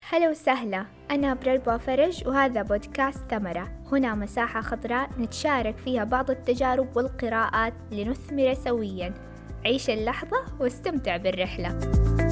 هلا وسهلا، أنا برلبا فرج وهذا بودكاست ثمرة. هنا مساحة خضراء نتشارك فيها بعض التجارب والقراءات لنثمر سويا. عيش اللحظة واستمتع بالرحلة.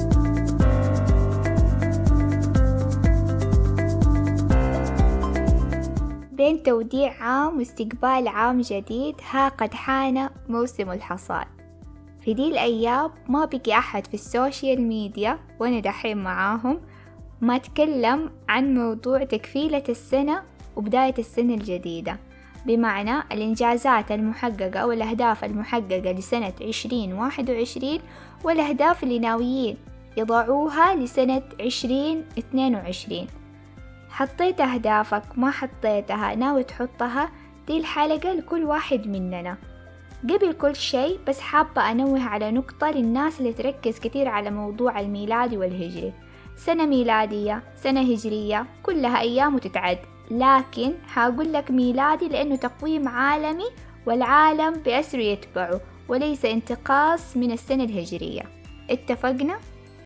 بين توديع عام واستقبال عام جديد، ها قد حان موسم الحصاد. في دي الأيام ما بقي أحد في السوشيال ميديا وأنا دحين معاهم ما تكلم عن موضوع تكفيلة السنة وبداية السنة الجديدة، بمعنى الإنجازات المحققة والأهداف المحققة لسنة 2021 والأهداف اللي ناويين يضعوها لسنة 2022. حطيت أهدافك ما حطيتها ناوي تحطها؟ دي الحلقة لكل واحد مننا. قبل كل شيء بس حابة أنوه على نقطة للناس اللي تركز كتير على موضوع الميلادي والهجري. سنة ميلادية، سنة هجرية، كلها أيام وتتعد، لكن هقول لك ميلادي لأنه تقويم عالمي والعالم بأسره يتبعه، وليس انتقاص من السنة الهجرية. اتفقنا؟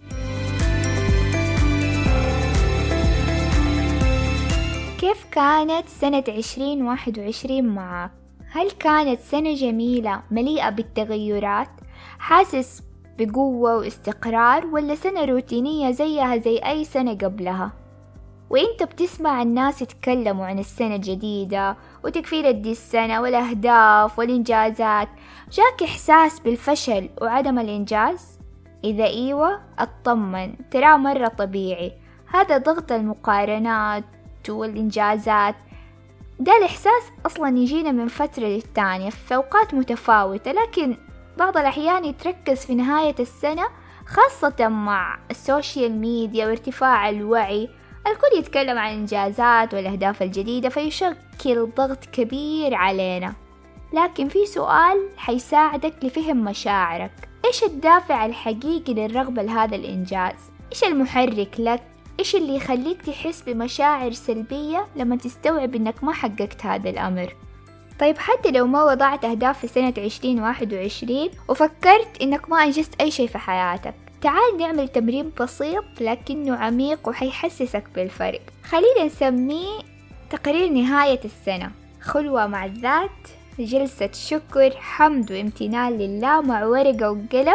كيف كانت سنة 2021 معك؟ هل كانت سنة جميلة مليئة بالتغيرات؟ حاسس بقوة واستقرار، ولا سنة روتينية زيها زي أي سنة قبلها؟ وإنت بتسمع الناس يتكلموا عن السنة الجديدة وتكفيلة دي السنة والأهداف والإنجازات، جاك إحساس بالفشل وعدم الإنجاز؟ إذا إيوة اطمن، ترى مرة طبيعي. هذا ضغط المقارنات والإنجازات، ده الإحساس أصلا يجينا من فترة للتانية في أوقات متفاوتة، لكن بعض الأحيان يتركز في نهاية السنة، خاصة مع السوشيال ميديا وارتفاع الوعي. الكل يتكلم عن الإنجازات والأهداف الجديدة، فيشكل ضغط كبير علينا. لكن في سؤال حيساعدك لفهم مشاعرك. إيش الدافع الحقيقي للرغبة لهذا الإنجاز؟ إيش المحرك لك؟ إيش اللي يخليك تحس بمشاعر سلبية لما تستوعب إنك ما حققت هذا الأمر؟ طيب حتى لو ما وضعت أهداف في سنة 2021 وفكرت إنك ما أنجزت أي شيء في حياتك، تعال نعمل تمرين بسيط لكنه عميق وحيحسسك بالفرق. خلينا نسميه تقرير نهاية السنة، خلوة مع الذات، جلسة شكر، حمد وامتنان لله مع ورقة وقلم.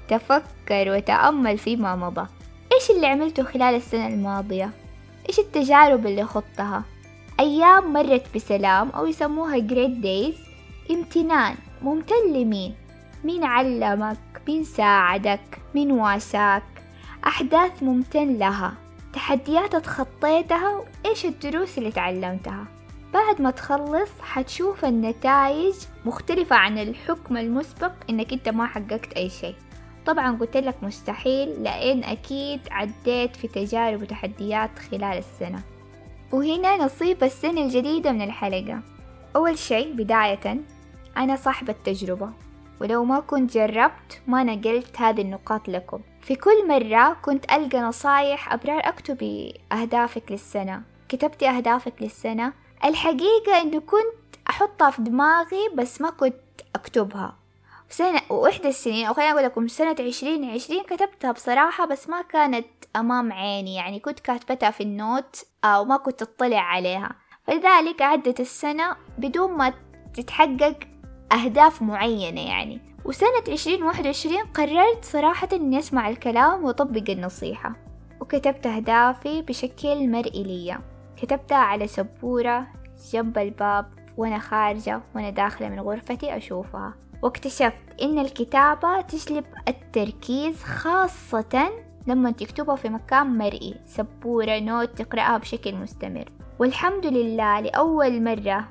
تفكر وتأمل فيما مضى. إيش اللي عملته خلال السنة الماضية؟ إيش التجارب اللي خضتها؟ أيام مرت بسلام أو يسموها great days. امتنان، ممتن لمين؟ مين علمك؟ مين ساعدك؟ مين واساك؟ أحداث ممتن لها، تحديات تخطيتها، وإيش الدروس اللي تعلمتها؟ بعد ما تخلص حتشوف النتائج مختلفة عن الحكم المسبق إنك أنت ما حققت أي شيء. طبعا قلت لك مستحيل، لأن أكيد عديت في تجارب وتحديات خلال السنة. وهنا نصيب السنة الجديدة من الحلقة. أول شيء بداية، أنا صاحبة تجربة، ولو ما كنت جربت ما نقلت هذه النقاط لكم. في كل مرة كنت ألقى نصايح أبرار: أكتبي أهدافك للسنة. كتبتي أهدافك للسنة؟ الحقيقة أنه كنت أحطها في دماغي بس ما كنت أكتبها. سنة وإحدى السنين، أو خلينا أقول لكم سنة 2020 كتبتها بصراحة، بس ما كانت أمام عيني، يعني كنت كاتبتها في النوت أو ما كنت أطلع عليها، فلذلك عدت السنة بدون ما تتحقق أهداف معينة يعني. وسنة 2021 قررت صراحة أني أسمع الكلام وأطبق النصيحة، وكتبت أهدافي بشكل مرئي لي. كتبتها على سبورة جنب الباب وأنا خارجة وأنا داخلة من غرفتي أشوفها، واكتشفت إن الكتابة تجلب التركيز، خاصة لما تكتبها في مكان مرئي، سبورة، نوت، تقرأها بشكل مستمر. والحمد لله لأول مرة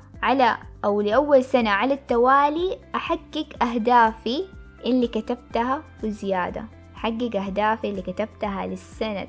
لأول سنة على التوالي أحقق أهدافي اللي كتبتها وزيادة. حقق أهدافي اللي كتبتها للسنة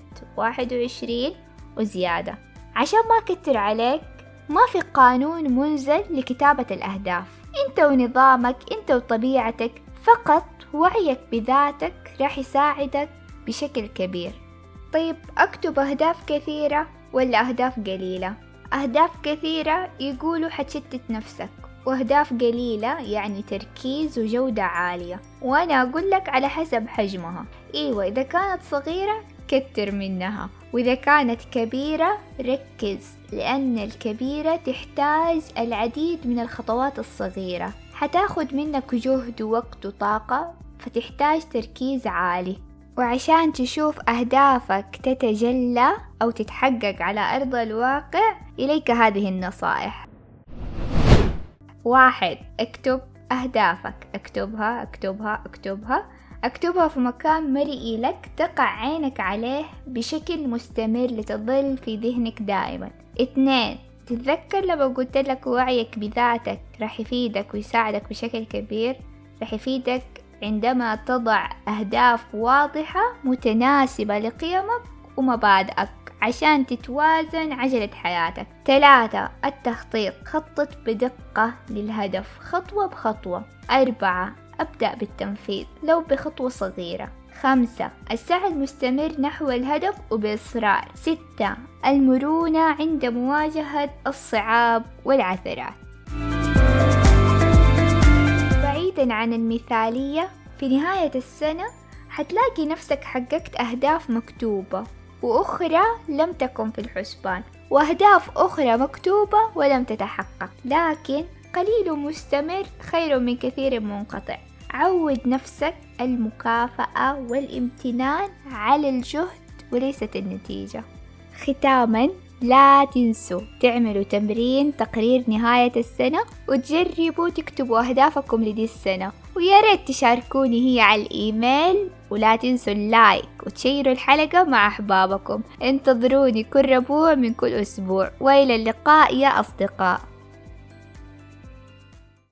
21 وزيادة. عشان ما أكتر عليك، ما في قانون منزل لكتابة الأهداف، أنت ونظامك، أنت وطبيعتك، فقط وعيك بذاتك راح يساعدك بشكل كبير. طيب أكتب أهداف كثيرة ولا أهداف قليلة؟ أهداف كثيرة يقولوا حتشتت نفسك، وأهداف قليلة يعني تركيز وجودة عالية. وأنا أقول لك على حسب حجمها. إيوة، إذا كانت صغيرة كتر منها، وإذا كانت كبيرة ركز، لأن الكبيرة تحتاج العديد من الخطوات الصغيرة، حتاخد منك جهد ووقت وطاقة، فتحتاج تركيز عالي. وعشان تشوف أهدافك تتجلى أو تتحقق على أرض الواقع، إليك هذه النصائح. 1. اكتب أهدافك، اكتبها في مكان مرئي لك تقع عينك عليه بشكل مستمر لتظل في ذهنك دائما. 2. تتذكر لما قلت لك وعيك بذاتك راح يفيدك ويساعدك بشكل كبير، راح يفيدك عندما تضع أهداف واضحة متناسبة لقيمك ومبادئك عشان تتوازن عجلة حياتك. 3. التخطيط، خطط بدقة للهدف خطوة بخطوة. 4. أبدأ بالتنفيذ لو بخطوة صغيرة. 5. السعي المستمر نحو الهدف وبإصرار. 6. المرونة عند مواجهة الصعاب والعثرات. بعيدا عن المثالية، في نهاية السنة حتلاقي نفسك حققت أهداف مكتوبة وأخرى لم تكن في الحسبان، وأهداف أخرى مكتوبة ولم تتحقق، لكن قليل مستمر خير من كثير منقطع. عود نفسك المكافأة والامتنان على الجهد وليست النتيجة. ختاما، لا تنسوا تعملوا تمرين تقرير نهاية السنة وتجربوا تكتبوا أهدافكم لدي السنة، ويا ريت تشاركوني هي على الإيميل، ولا تنسوا اللايك وتشيروا الحلقة مع أحبابكم. انتظروني كل ربوع من كل أسبوع، وإلى اللقاء يا أصدقاء.